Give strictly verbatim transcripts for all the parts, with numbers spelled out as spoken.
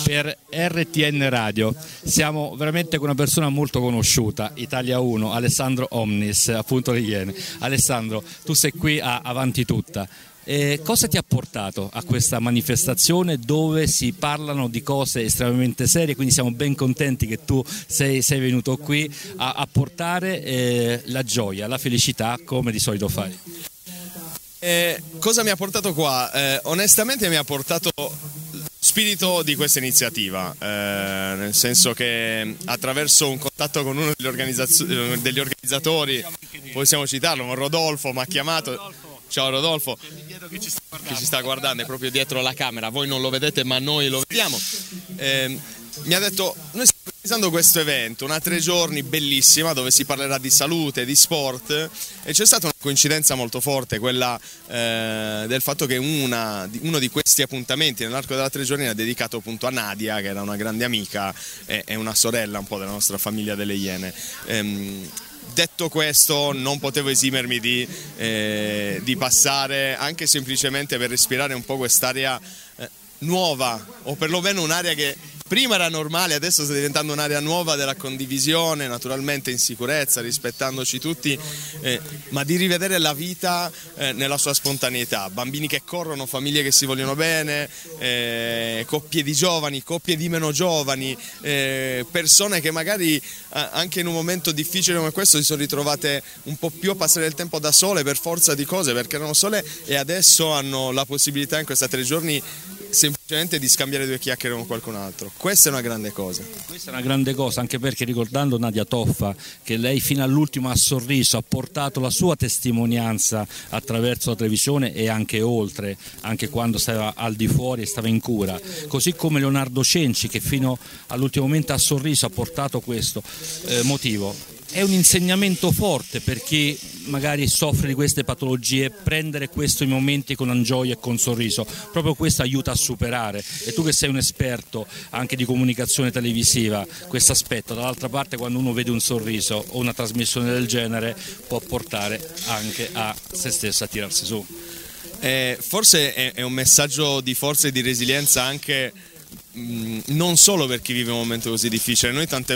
per R T N Radio. Siamo veramente con una persona molto conosciuta, Italia uno, Alessandro Omnis, appunto Le Iene. Alessandro, tu sei qui a Avanti Tutta. Eh, cosa ti ha portato a questa manifestazione dove si parlano di cose estremamente serie, quindi siamo ben contenti che tu sei, sei venuto qui a, a portare eh, la gioia, la felicità come di solito fai? Eh, cosa mi ha portato qua? Eh, onestamente mi ha portato spirito di questa iniziativa, eh, nel senso che attraverso un contatto con uno degli, organizzaz- degli organizzatori, possiamo citarlo, con Rodolfo, mi ha chiamato. Ciao Rodolfo, che ci, che ci sta guardando, è proprio dietro la camera, voi non lo vedete ma noi lo vediamo. Eh, mi ha detto, noi stiamo organizzando questo evento, una tre giorni bellissima dove si parlerà di salute, di sport, e c'è stata una coincidenza molto forte, quella eh, del fatto che una, uno di questi appuntamenti nell'arco della tre giorni era dedicato appunto a Nadia, che era una grande amica e, e una sorella un po' della nostra famiglia delle Iene. Eh, Detto questo, non potevo esimermi di, eh, di passare anche semplicemente per respirare un po' quest'area eh, nuova, o perlomeno un'area che prima era normale, adesso sta diventando un'area nuova della condivisione, naturalmente in sicurezza, rispettandoci tutti, eh, ma di rivedere la vita eh, nella sua spontaneità. Bambini che corrono, famiglie che si vogliono bene, eh, coppie di giovani, coppie di meno giovani, eh, persone che magari eh, anche in un momento difficile come questo si sono ritrovate un po' più a passare il tempo da sole per forza di cose, perché erano sole, e adesso hanno la possibilità in questi tre giorni semplicemente di scambiare due chiacchiere con qualcun altro. Questa è una grande cosa. Questa è una grande cosa, anche perché ricordando Nadia Toffa, che lei fino all'ultimo ha sorriso, ha portato la sua testimonianza attraverso la televisione e anche oltre, anche quando stava al di fuori e stava in cura, così come Leonardo Cenci, che fino all'ultimo momento ha sorriso, ha portato questo eh, motivo. È un insegnamento forte per chi magari soffre di queste patologie, prendere questo in momenti con gioia e con sorriso, proprio questo aiuta a superare. E tu che sei un esperto anche di comunicazione televisiva, questo aspetto, dall'altra parte quando uno vede un sorriso o una trasmissione del genere può portare anche a se stesso a tirarsi su. Eh, forse è, è un messaggio di forza e di resilienza anche mh, non solo per chi vive un momento così difficile. Noi tante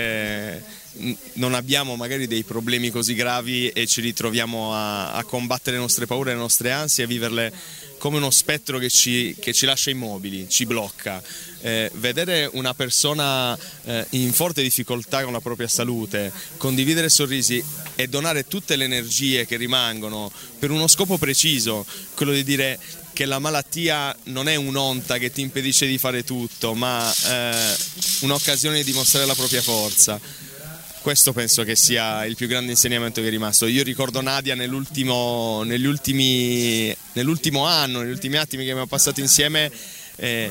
volte non abbiamo magari dei problemi così gravi e ci ritroviamo a, a combattere le nostre paure, le nostre ansie, a viverle come uno spettro che ci, che ci lascia immobili, ci blocca. Eh, vedere una persona eh, in forte difficoltà con la propria salute, condividere sorrisi e donare tutte le energie che rimangono per uno scopo preciso, quello di dire che la malattia non è un'onta che ti impedisce di fare tutto, ma eh, un'occasione di dimostrare la propria forza. Questo penso che sia il più grande insegnamento che è rimasto. Io ricordo Nadia nell'ultimo, negli ultimi, nell'ultimo anno, negli ultimi attimi che abbiamo passato insieme, eh,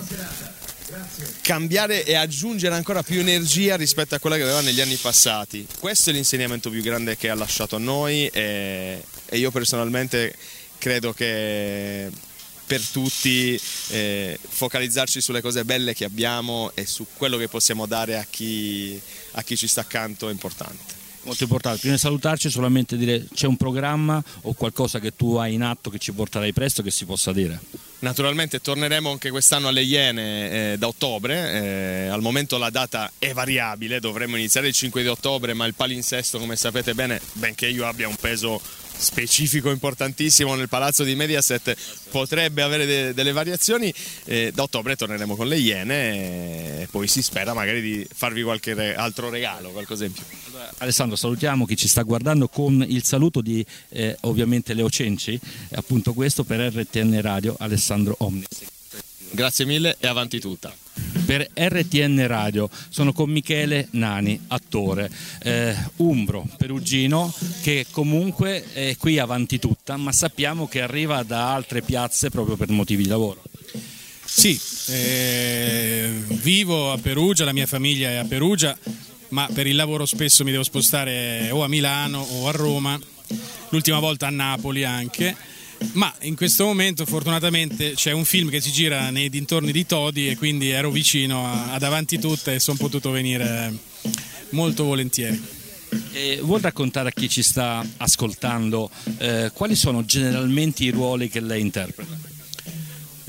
cambiare e aggiungere ancora più energia rispetto a quella che aveva negli anni passati. Questo è l'insegnamento più grande che ha lasciato a noi e, e io personalmente credo che per tutti eh, focalizzarci sulle cose belle che abbiamo e su quello che possiamo dare a chi, a chi ci sta accanto è importante. Molto importante. Prima di salutarci solamente dire, c'è un programma o qualcosa che tu hai in atto che ci porterai presto che si possa dire? Naturalmente torneremo anche quest'anno alle Iene eh, da ottobre, eh, al momento la data è variabile, dovremmo iniziare il cinque di ottobre, ma il palinsesto, come sapete bene, benché io abbia un peso specifico importantissimo nel palazzo di Mediaset, potrebbe avere de- delle variazioni. Eh, da ottobre torneremo con le Iene e poi si spera magari di farvi qualche re- altro regalo, qualcosa in più. Allora, Alessandro, salutiamo chi ci sta guardando con il saluto di eh, ovviamente Leo Cenci, appunto questo per R T N Radio, Alessandro Omnis. Grazie mille e avanti tutta. Per R T N Radio sono con Michele Nani, attore, eh, umbro, perugino, che comunque è qui avanti tutta, ma sappiamo che arriva da altre piazze proprio per motivi di lavoro. Sì, eh, vivo a Perugia, la mia famiglia è a Perugia, ma per il lavoro spesso mi devo spostare o a Milano o a Roma, l'ultima volta a Napoli anche. Ma in questo momento fortunatamente c'è un film che si gira nei dintorni di Todi e quindi ero vicino ad Avanti Tutta e sono potuto venire molto volentieri. E vuol raccontare a chi ci sta ascoltando eh, quali sono generalmente i ruoli che lei interpreta?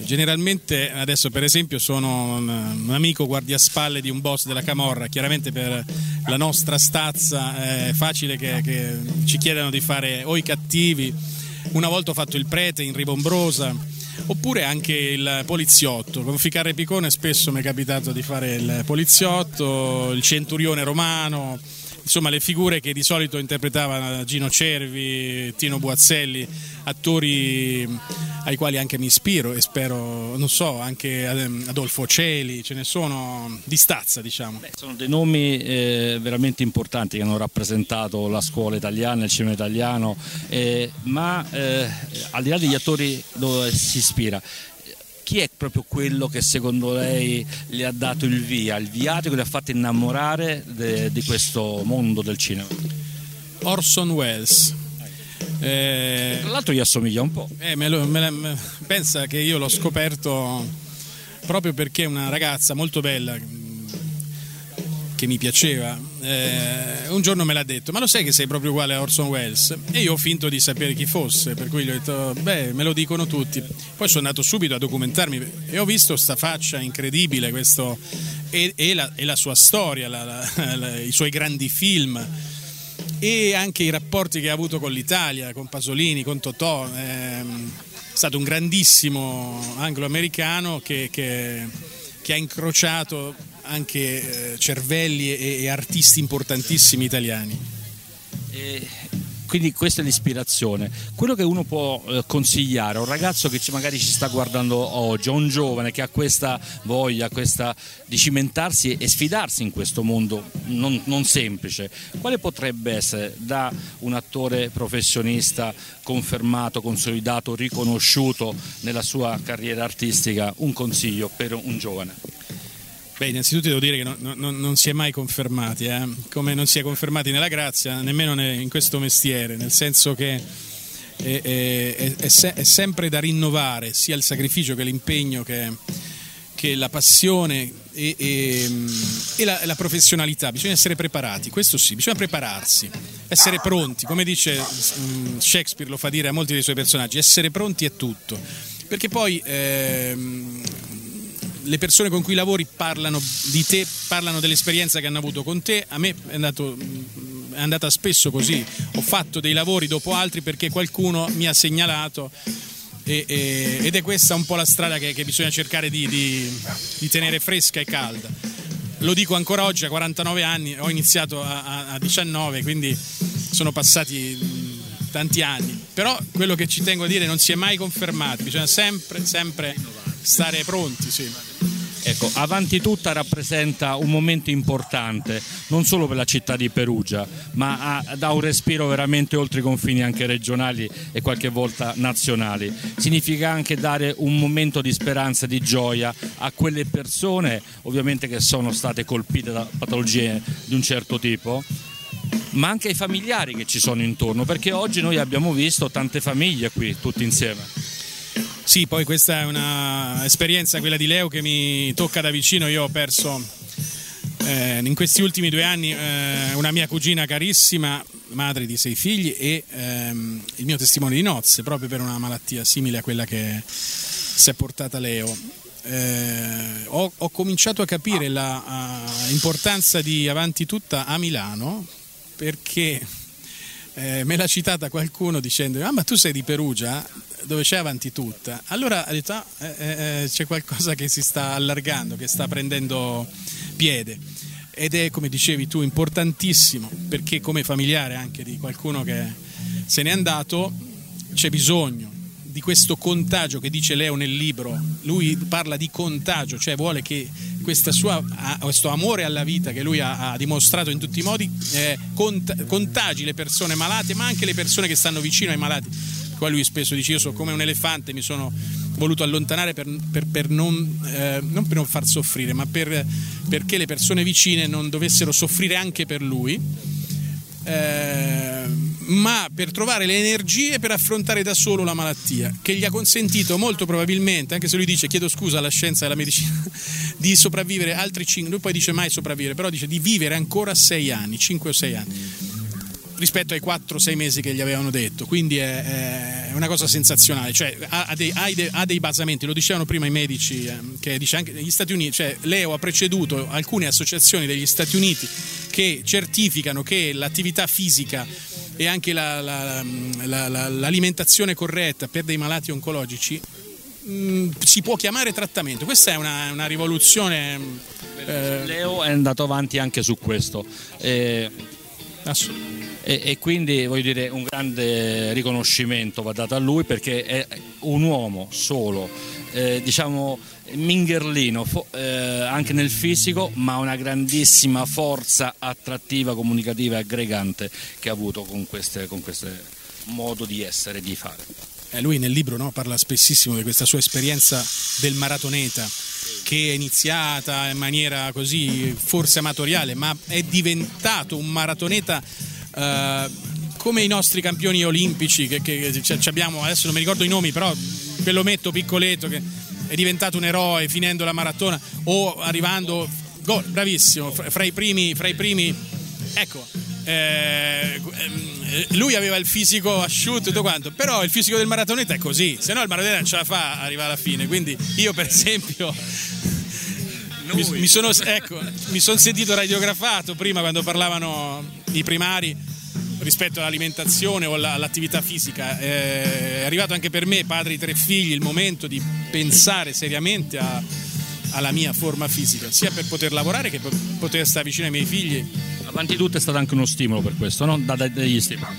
generalmente adesso per esempio sono un, un amico guardiaspalle di un boss della camorra, chiaramente per la nostra stazza è facile che, che ci chiedano di fare o i cattivi. Una volta ho fatto il prete in Rivombrosa, oppure anche il poliziotto. Con Ficarra e Picone spesso mi è capitato di fare il poliziotto, il centurione romano, insomma le figure che di solito interpretavano Gino Cervi, Tino Buazzelli, attori ai quali anche mi ispiro e spero, non so, anche Adolfo Celi, ce ne sono di stazza, diciamo. Beh, sono dei nomi eh, veramente importanti che hanno rappresentato la scuola italiana, il cinema italiano, eh, ma eh, al di là degli attori dove si ispira, chi è proprio quello che secondo lei le ha dato il via, il viatico che le ha fatto innamorare de, di questo mondo del cinema? Orson Welles. Eh, Tra l'altro gli assomiglia un po'. Eh, me lo, me, me, pensa che io l'ho scoperto proprio perché una ragazza molto bella che mi piaceva eh, un giorno me l'ha detto: ma lo sai che sei proprio uguale a Orson Welles? E io ho finto di sapere chi fosse, per cui gli ho detto beh, me lo dicono tutti. Poi sono andato subito a documentarmi e ho visto sta faccia incredibile, questo e, e, la, e la sua storia, la, la, la, i suoi grandi film e anche i rapporti che ha avuto con l'Italia, con Pasolini, con Totò. È stato un grandissimo anglo-americano che, che, che ha incrociato anche eh, cervelli e, e artisti importantissimi italiani. E quindi questa è l'ispirazione. Quello che uno può eh, consigliare a un ragazzo che magari ci sta guardando oggi, a un giovane che ha questa voglia, questa di cimentarsi e sfidarsi in questo mondo non, non semplice, quale potrebbe essere da un attore professionista confermato, consolidato, riconosciuto nella sua carriera artistica, un consiglio per un giovane? Beh, innanzitutto devo dire che non, non, non si è mai confermati, eh? Come non si è confermati nella grazia, nemmeno in questo mestiere, nel senso che è, è, è, se, è sempre da rinnovare sia il sacrificio che l'impegno che, che la passione e, e, e la, la professionalità. Bisogna essere preparati, questo sì, bisogna prepararsi, essere pronti, come dice um, Shakespeare, lo fa dire a molti dei suoi personaggi, essere pronti è tutto, perché poi ehm, le persone con cui lavori parlano di te, parlano dell'esperienza che hanno avuto con te. A me è, andato, è andata spesso così, ho fatto dei lavori dopo altri perché qualcuno mi ha segnalato e, e, ed è questa un po' la strada che, che bisogna cercare di, di, di tenere fresca e calda. Lo dico ancora oggi a quarantanove anni, ho iniziato a, a diciannove, quindi sono passati tanti anni, però quello che ci tengo a dire, non si è mai confermati, bisogna sempre, sempre stare pronti, sì. Ecco, Avanti tutta rappresenta un momento importante non solo per la città di Perugia, ma ha, dà un respiro veramente oltre i confini anche regionali e qualche volta nazionali. Significa anche dare un momento di speranza e di gioia a quelle persone ovviamente che sono state colpite da patologie di un certo tipo, ma anche ai familiari che ci sono intorno, perché oggi noi abbiamo visto tante famiglie qui tutti insieme. Sì, poi questa è una esperienza, quella di Leo, che mi tocca da vicino. Io ho perso eh, in questi ultimi due anni eh, una mia cugina carissima, madre di sei figli, e ehm, il mio testimone di nozze, proprio per una malattia simile a quella che si è portata Leo. Eh, ho, ho cominciato a capire l'importanza di Avanti tutta a Milano, perché eh, me l'ha citata qualcuno dicendo: ah, ma tu sei di Perugia, dove c'è Avanti tutta. Allora ho detto: ah, eh, eh, c'è qualcosa che si sta allargando, che sta prendendo piede, ed è, come dicevi tu, importantissimo, perché come familiare anche di qualcuno che se n'è andato c'è bisogno di questo contagio che dice Leo nel libro. Lui parla di contagio, cioè vuole che questa sua, questo amore alla vita che lui ha, ha dimostrato in tutti i modi eh, cont- contagi le persone malate, ma anche le persone che stanno vicino ai malati. Qua lui spesso dice: io sono come un elefante, mi sono voluto allontanare per, per, per non, eh, non per non far soffrire, ma per, perché le persone vicine non dovessero soffrire anche per lui, eh, ma per trovare le energie per affrontare da solo la malattia, che gli ha consentito molto probabilmente, anche se lui dice, chiedo scusa alla scienza e alla medicina, di sopravvivere altri cinque, lui poi dice mai sopravvivere, però dice di vivere ancora sei anni, cinque o sei anni. rispetto ai quattro sei mesi che gli avevano detto, quindi è, è una cosa sensazionale, cioè ha, ha, dei, ha, dei, ha dei basamenti, lo dicevano prima i medici, eh, che dice anche negli Stati Uniti, cioè Leo ha preceduto alcune associazioni degli Stati Uniti che certificano che l'attività fisica e anche la, la, la, la, l'alimentazione corretta per dei malati oncologici mh, si può chiamare trattamento. Questa è una, una rivoluzione. eh... Leo è andato avanti anche su questo. Eh... Assolutamente. E, e quindi voglio dire un grande riconoscimento va dato a lui, perché è un uomo solo, eh, diciamo mingherlino fo, eh, anche nel fisico, ma una grandissima forza attrattiva, comunicativa e aggregante che ha avuto con queste, con questo modo di essere e di fare. Eh, lui nel libro, no, parla spessissimo di questa sua esperienza del maratoneta, che è iniziata in maniera così forse amatoriale, ma è diventato un maratoneta eh, come i nostri campioni olimpici che, che cioè, abbiamo, adesso non mi ricordo i nomi, però Pellometto piccoletto che è diventato un eroe finendo la maratona o arrivando gol, bravissimo, fra, fra i primi fra i primi ecco, eh, lui aveva il fisico asciutto e tutto quanto, però il fisico del maratoneta è così, se no il maratoneta non ce la fa arrivare alla fine, quindi io per esempio mi, mi sono ecco, mi sono sentito radiografato prima quando parlavano i primari rispetto all'alimentazione o all'attività fisica. È arrivato anche per me, padre di tre figli, il momento di pensare seriamente a, alla mia forma fisica, sia per poter lavorare che per poter stare vicino ai miei figli. Avanti tutto è stato anche uno stimolo per questo, no? Da, da, degli stimoli.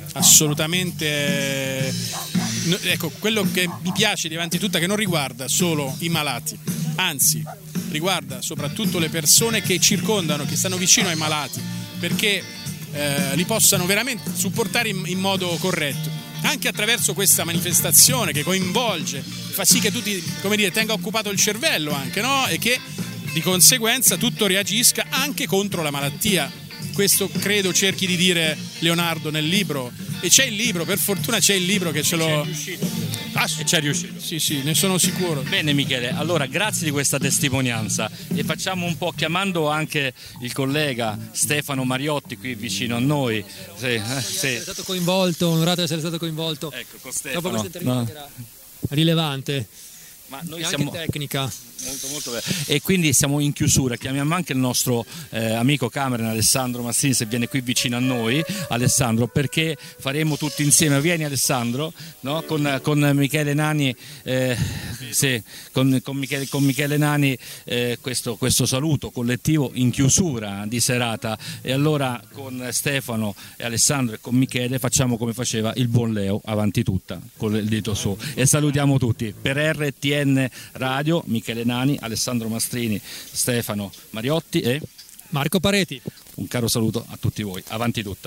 Assolutamente. Ecco, quello che mi piace di Avanti tutta è che non riguarda solo i malati, anzi riguarda soprattutto le persone che circondano, che stanno vicino ai malati, perché eh, li possano veramente supportare in, in modo corretto, anche attraverso questa manifestazione che coinvolge, fa sì che tutti, come dire, tenga occupato il cervello anche, no? E che di conseguenza tutto reagisca anche contro la malattia. Questo credo cerchi di dire Leonardo nel libro, e c'è il libro, per fortuna c'è il libro che ce lo... C'è riuscito. Ah, e c'è riuscito. Sì, sì, ne sono sicuro. Bene Michele, allora grazie di questa testimonianza, e facciamo un po', chiamando anche il collega Stefano Mariotti qui vicino a noi. Sì, eh, sì. È stato coinvolto, onorato di essere stato coinvolto. Ecco, con Stefano. Dopo questa intervista No. che era rilevante. Ma noi e siamo... anche tecnica. Molto, molto bene. E quindi siamo in chiusura, chiamiamo anche il nostro eh, amico cameraman Alessandro Mastrini, se viene qui vicino a noi, Alessandro, perché faremo tutti insieme, vieni Alessandro, no? con, con Michele Nani, eh, sì, con, con, Michele, con Michele Nani eh, questo, questo saluto collettivo in chiusura di serata, e allora con Stefano e Alessandro e con Michele facciamo come faceva il buon Leo, avanti tutta, con il dito su, e salutiamo tutti per R T N Radio, Michele Nani, Alessandro Mastrini, Stefano Mariotti e Marco Pareti. Un caro saluto a tutti voi, avanti tutta.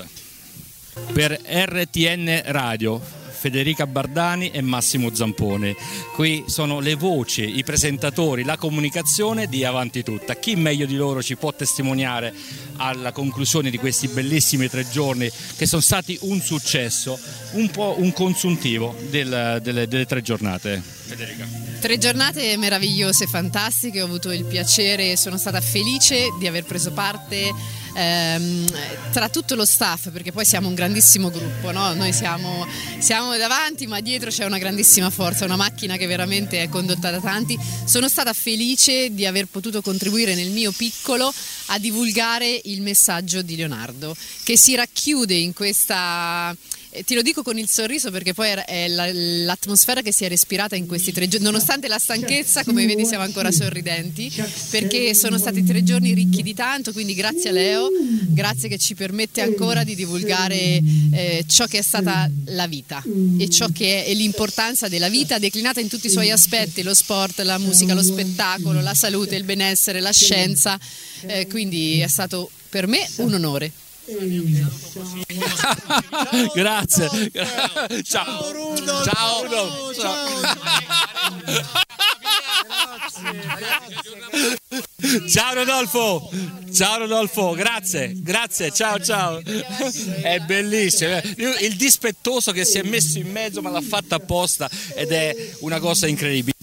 Per R T N Radio, Federica Bardani e Massimo Zampone. Qui sono le voci, i presentatori, la comunicazione di Avanti Tutta. Chi meglio di loro ci può testimoniare alla conclusione di questi bellissimi tre giorni che sono stati un successo, un po' un consuntivo del, delle, delle tre giornate? Federica. Tre giornate meravigliose, fantastiche, ho avuto il piacere e sono stata felice di aver preso parte ehm, tra tutto lo staff, perché poi siamo un grandissimo gruppo, no? Noi siamo, siamo davanti, ma dietro c'è una grandissima forza, una macchina che veramente è condotta da tanti. Sono stata felice di aver potuto contribuire nel mio piccolo a divulgare il messaggio di Leonardo, che si racchiude in questa... Ti lo dico con il sorriso perché poi è l'atmosfera che si è respirata in questi tre giorni, nonostante la stanchezza, come vedi siamo ancora sorridenti, perché sono stati tre giorni ricchi di tanto, quindi grazie a Leo, grazie che ci permette ancora di divulgare eh, ciò che è stata la vita e ciò che è l'importanza della vita declinata in tutti i suoi aspetti, lo sport, la musica, lo spettacolo, la salute, il benessere, la scienza, eh, quindi è stato per me un onore. Grazie. Ciao Rudo. Ciao Rudo. Ciao Rodolfo. Ciao Rodolfo, grazie, grazie, ciao ciao. È bellissimo. Il dispettoso che si è messo in mezzo ma l'ha fatta apposta ed è una cosa incredibile.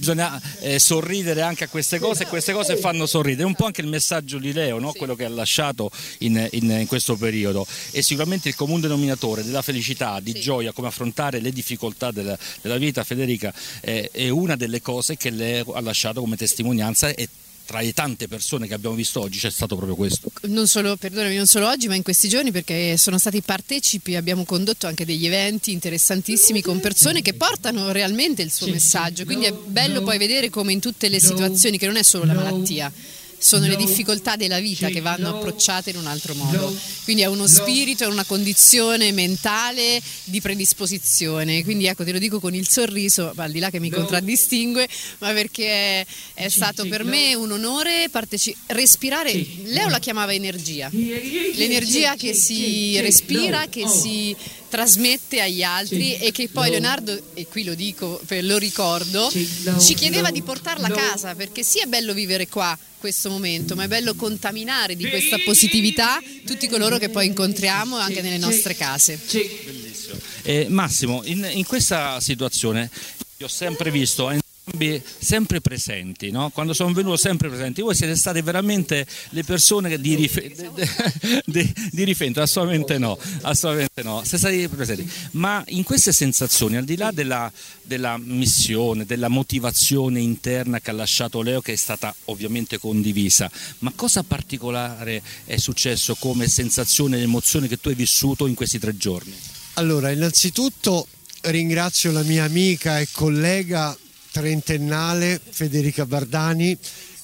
bisogna eh, sorridere anche a queste cose, e queste cose fanno sorridere, un po' anche il messaggio di Leo, no? Quello che ha lasciato in, in, in questo periodo, e sicuramente il comune denominatore della felicità, di sì. gioia, come affrontare le difficoltà della, della vita, Federica, eh, è una delle cose che Leo ha lasciato come testimonianza, e tra le tante persone che abbiamo visto oggi c'è stato proprio questo. Non solo, perdonami, non solo oggi, ma in questi giorni, perché sono stati partecipi, abbiamo condotto anche degli eventi interessantissimi con persone che portano realmente il suo messaggio, quindi è bello poi vedere come in tutte le situazioni, che non è solo la malattia, sono le difficoltà della vita che vanno approcciate in un altro modo, quindi è uno spirito, è una condizione mentale di predisposizione, quindi ecco, te lo dico con il sorriso, al di là che mi contraddistingue, ma perché è, è stato per me un onore partecipare, respirare, Leo la chiamava energia, l'energia che si respira, che si trasmette agli altri e che poi Leonardo, e qui lo dico, lo ricordo, ci chiedeva di portarla a casa, perché sì, è bello vivere qua questo momento, ma è bello contaminare di questa positività tutti coloro che poi incontriamo anche nelle nostre case. Bellissimo. Eh, Massimo, in, in questa situazione io ho sempre visto entrambi sempre presenti, no? Quando sono venuto sempre presenti, voi siete state veramente le persone che di, rife- di, di riferimento, assolutamente no, assolutamente no, siete stati presenti, ma in queste sensazioni, al di là della, della missione, della motivazione interna che ha lasciato Leo, che è stata ovviamente condivisa, ma cosa particolare è successo come sensazione e emozione che tu hai vissuto in questi tre giorni? Allora, innanzitutto ringrazio la mia amica e collega trentennale Federica Bardani,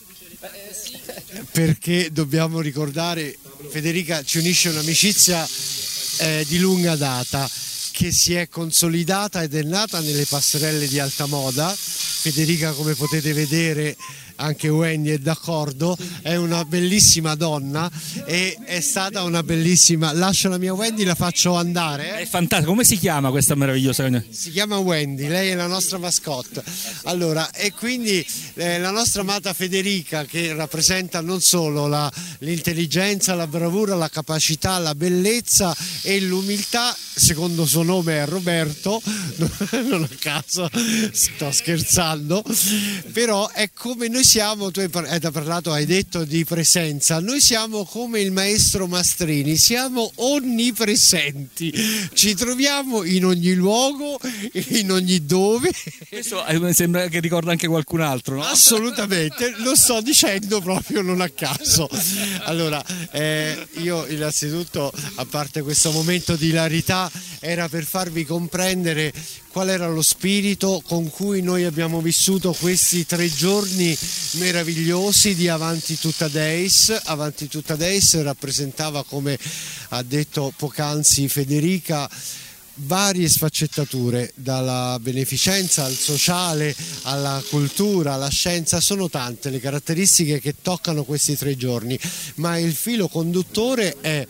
perché dobbiamo ricordare, Federica ci unisce un'amicizia eh, di lunga data che si è consolidata ed è nata nelle passerelle di alta moda. Federica, come potete vedere, anche Wendy è d'accordo, è una bellissima donna e è stata una bellissima... Lascio la mia Wendy, la faccio andare. Eh? È fantastico, come si chiama questa meravigliosa? Si chiama Wendy, lei è la nostra mascotte. Allora, e quindi eh, la nostra amata Federica, che rappresenta non solo la, l'intelligenza, la bravura, la capacità, la bellezza e l'umiltà, secondo suo nome è Roberto, non a caso sto scherzando, però è come noi siamo, tu hai parlato, hai detto di presenza, noi siamo come il maestro Mastrini, siamo onnipresenti, ci troviamo in ogni luogo, in ogni dove. Questo mi sembra che ricorda anche qualcun altro, no? Assolutamente, lo sto dicendo proprio non a caso. Allora, eh, io innanzitutto, a parte questo momento di ilarità, era per farvi comprendere qual era lo spirito con cui noi abbiamo vissuto questi tre giorni meravigliosi di Avanti Tutta Days. Avanti Tutta Days rappresentava, come ha detto poc'anzi Federica, varie sfaccettature, dalla beneficenza al sociale, alla cultura, alla scienza. Sono tante le caratteristiche che toccano questi tre giorni, ma il filo conduttore è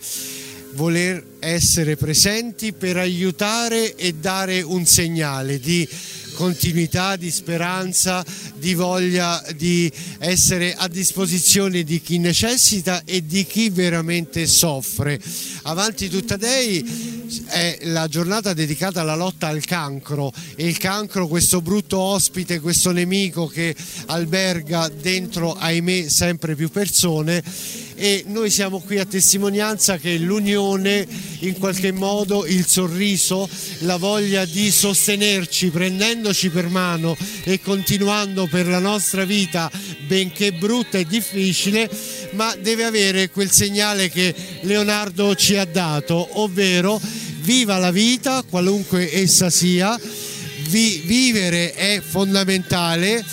voler essere presenti per aiutare e dare un segnale di continuità, di speranza, di voglia di essere a disposizione di chi necessita e di chi veramente soffre. Avanti Tutta Day è la giornata dedicata alla lotta al cancro, e il cancro, questo brutto ospite, questo nemico che alberga dentro, ahimè, sempre più persone, e noi siamo qui a testimonianza che l'unione, in qualche modo il sorriso, la voglia di sostenerci prendendoci per mano e continuando per la nostra vita, benché brutta e difficile, ma deve avere quel segnale che Leonardo ci ha dato, ovvero viva la vita qualunque essa sia, vi, vivere è fondamentale,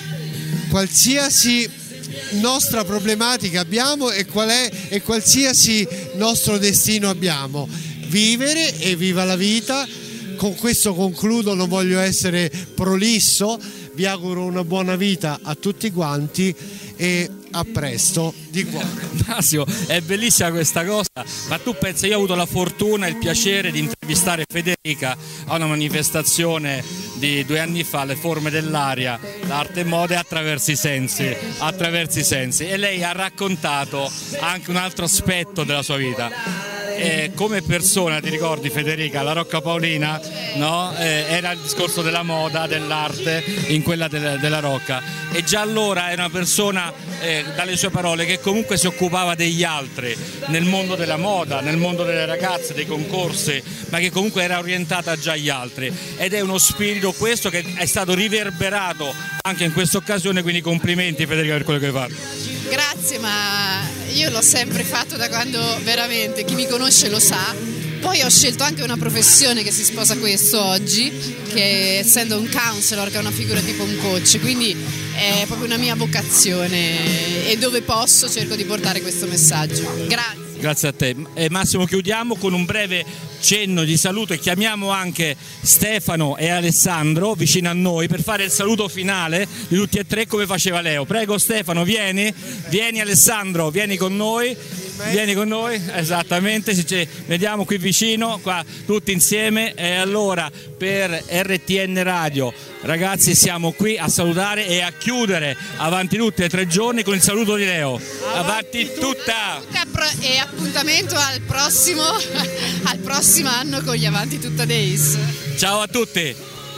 qualsiasi nostra problematica abbiamo e qual è e qualsiasi nostro destino abbiamo, vivere e viva la vita. Con questo concludo, non voglio essere prolisso, vi auguro una buona vita a tutti quanti e a presto, di cuore. Massimo, è bellissima questa cosa, ma tu pensi, io ho avuto la fortuna e il piacere di intervistare Federica a una manifestazione di due anni fa, Le Forme dell'Aria, l'arte e moda attraverso i sensi, attraverso i sensi, e lei ha raccontato anche un altro aspetto della sua vita. eh, come persona, ti ricordi Federica, la Rocca Paolina, no? Eh, era il discorso della moda, dell'arte in quella del, della Rocca, e già allora era una persona, eh, dalle sue parole, che comunque si occupava degli altri nel mondo della moda, nel mondo delle ragazze, dei concorsi, ma che comunque era orientata già agli altri, ed è uno spirito questo che è stato riverberato anche in questa occasione, quindi complimenti Federica per quello che hai fatto. Grazie, ma io l'ho sempre fatto da quando veramente chi mi conosce lo sa. Poi ho scelto anche una professione che si sposa a questo oggi, che essendo un counselor, che è una figura tipo un coach, quindi è proprio una mia vocazione e dove posso cerco di portare questo messaggio. Grazie. Grazie a te. Eh, Massimo, chiudiamo con un breve cenno di saluto e chiamiamo anche Stefano e Alessandro vicino a noi per fare il saluto finale di tutti e tre come faceva Leo. Prego Stefano, vieni, vieni Alessandro, vieni con noi, vieni con noi, esattamente, ci vediamo qui vicino, qua tutti insieme. E allora per R T N Radio, ragazzi, siamo qui a salutare e a chiudere Avanti tutti e tre giorni con il saluto di Leo. Avanti tutta! E appuntamento al prossimo, al prossimo anno con gli Avanti Tutta Days. Ciao a tutti,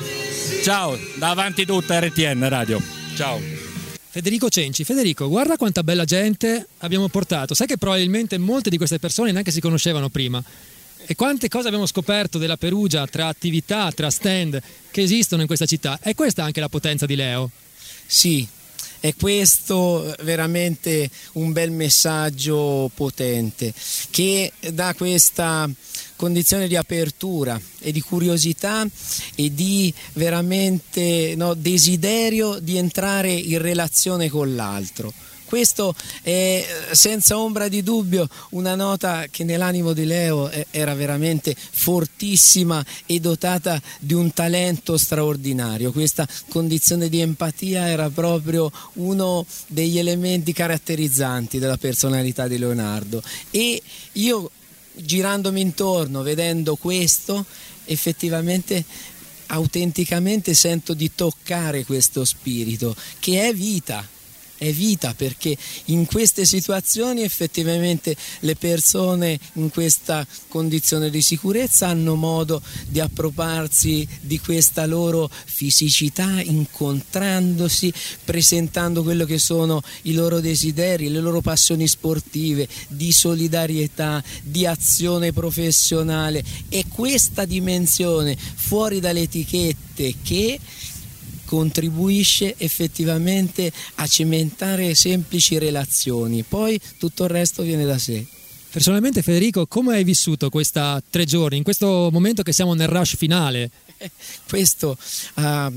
ciao da Avanti Tutta R T N Radio, ciao. Federico Cenci. Federico, guarda quanta bella gente abbiamo portato. Sai che probabilmente molte di queste persone neanche si conoscevano prima. E quante cose abbiamo scoperto della Perugia, tra attività, tra stand che esistono in questa città. E questa è anche la potenza di Leo. Sì, è questo veramente un bel messaggio potente che dà questa condizione di apertura e di curiosità e di veramente no, desiderio di entrare in relazione con l'altro. Questo è senza ombra di dubbio una nota che nell'animo di Leo era veramente fortissima e dotata di un talento straordinario. Questa condizione di empatia era proprio uno degli elementi caratterizzanti della personalità di Leonardo, e io, girandomi intorno, vedendo questo, effettivamente autenticamente sento di toccare questo spirito che è vita. È vita, perché in queste situazioni effettivamente le persone in questa condizione di sicurezza hanno modo di appropriarsi di questa loro fisicità, incontrandosi, presentando quello che sono i loro desideri, le loro passioni sportive, di solidarietà, di azione professionale. È questa dimensione fuori dalle etichette che contribuisce effettivamente a cimentare semplici relazioni, poi tutto il resto viene da sé. Personalmente Federico, come hai vissuto questa tre giorni, in questo momento che siamo nel rush finale? Questo, uh, uh,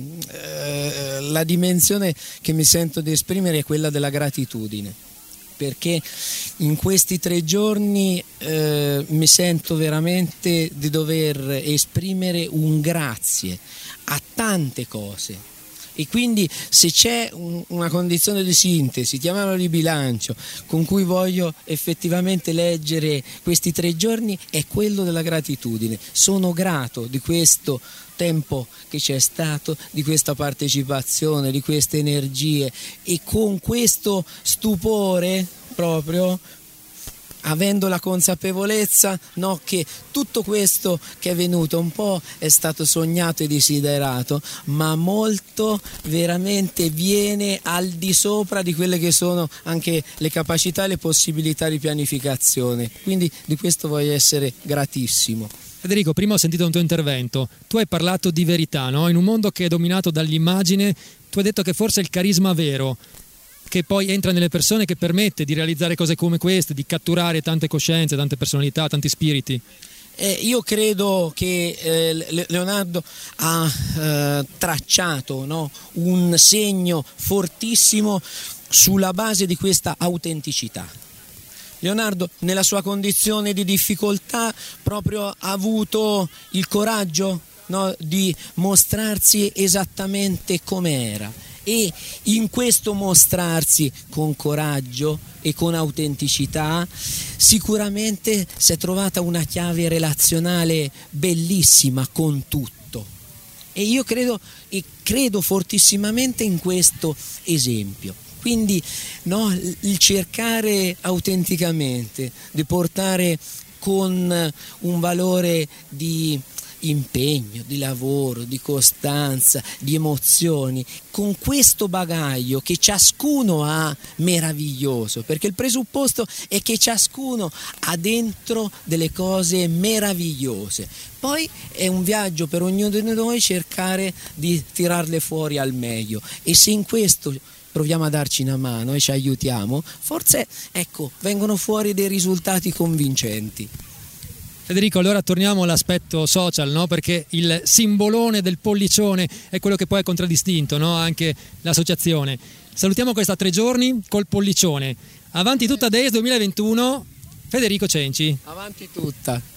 la dimensione che mi sento di esprimere è quella della gratitudine, perché in questi tre giorni uh, mi sento veramente di dover esprimere un grazie a tante cose. E quindi se c'è un, una condizione di sintesi, chiamiamola di bilancio, con cui voglio effettivamente leggere questi tre giorni, è quello della gratitudine. Sono grato di questo tempo che c'è stato, di questa partecipazione, di queste energie, e con questo stupore proprio, avendo la consapevolezza no, che tutto questo che è venuto un po' è stato sognato e desiderato, ma molto veramente viene al di sopra di quelle che sono anche le capacità e le possibilità di pianificazione. Quindi di questo voglio essere gratissimo. Federico, prima ho sentito un tuo intervento, tu hai parlato di verità, no? In un mondo che è dominato dall'immagine, tu hai detto che forse il carisma vero che poi entra nelle persone, che permette di realizzare cose come queste, di catturare tante coscienze, tante personalità, tanti spiriti. Eh, io credo che eh, Leonardo ha eh, tracciato no, un segno fortissimo sulla base di questa autenticità. Leonardo, nella sua condizione di difficoltà, proprio ha avuto il coraggio no, di mostrarsi esattamente come era. E in questo mostrarsi con coraggio e con autenticità sicuramente si è trovata una chiave relazionale bellissima con tutto, e io credo, e credo fortissimamente in questo esempio. Quindi no, il cercare autenticamente di portare con un valore di impegno, di lavoro, di costanza, di emozioni, con questo bagaglio che ciascuno ha meraviglioso, perché il presupposto è che ciascuno ha dentro delle cose meravigliose. Poi è un viaggio per ognuno di noi cercare di tirarle fuori al meglio, e se in questo proviamo a darci una mano e ci aiutiamo, forse ecco, vengono fuori dei risultati convincenti. Federico, allora torniamo all'aspetto social, no? Perché il simbolone del pollicione è quello che poi ha contraddistinto, no? Anche l'associazione. Salutiamo questa tre giorni col pollicione. Avanti tutta Days duemilaventuno, Federico Cenci. Avanti tutta.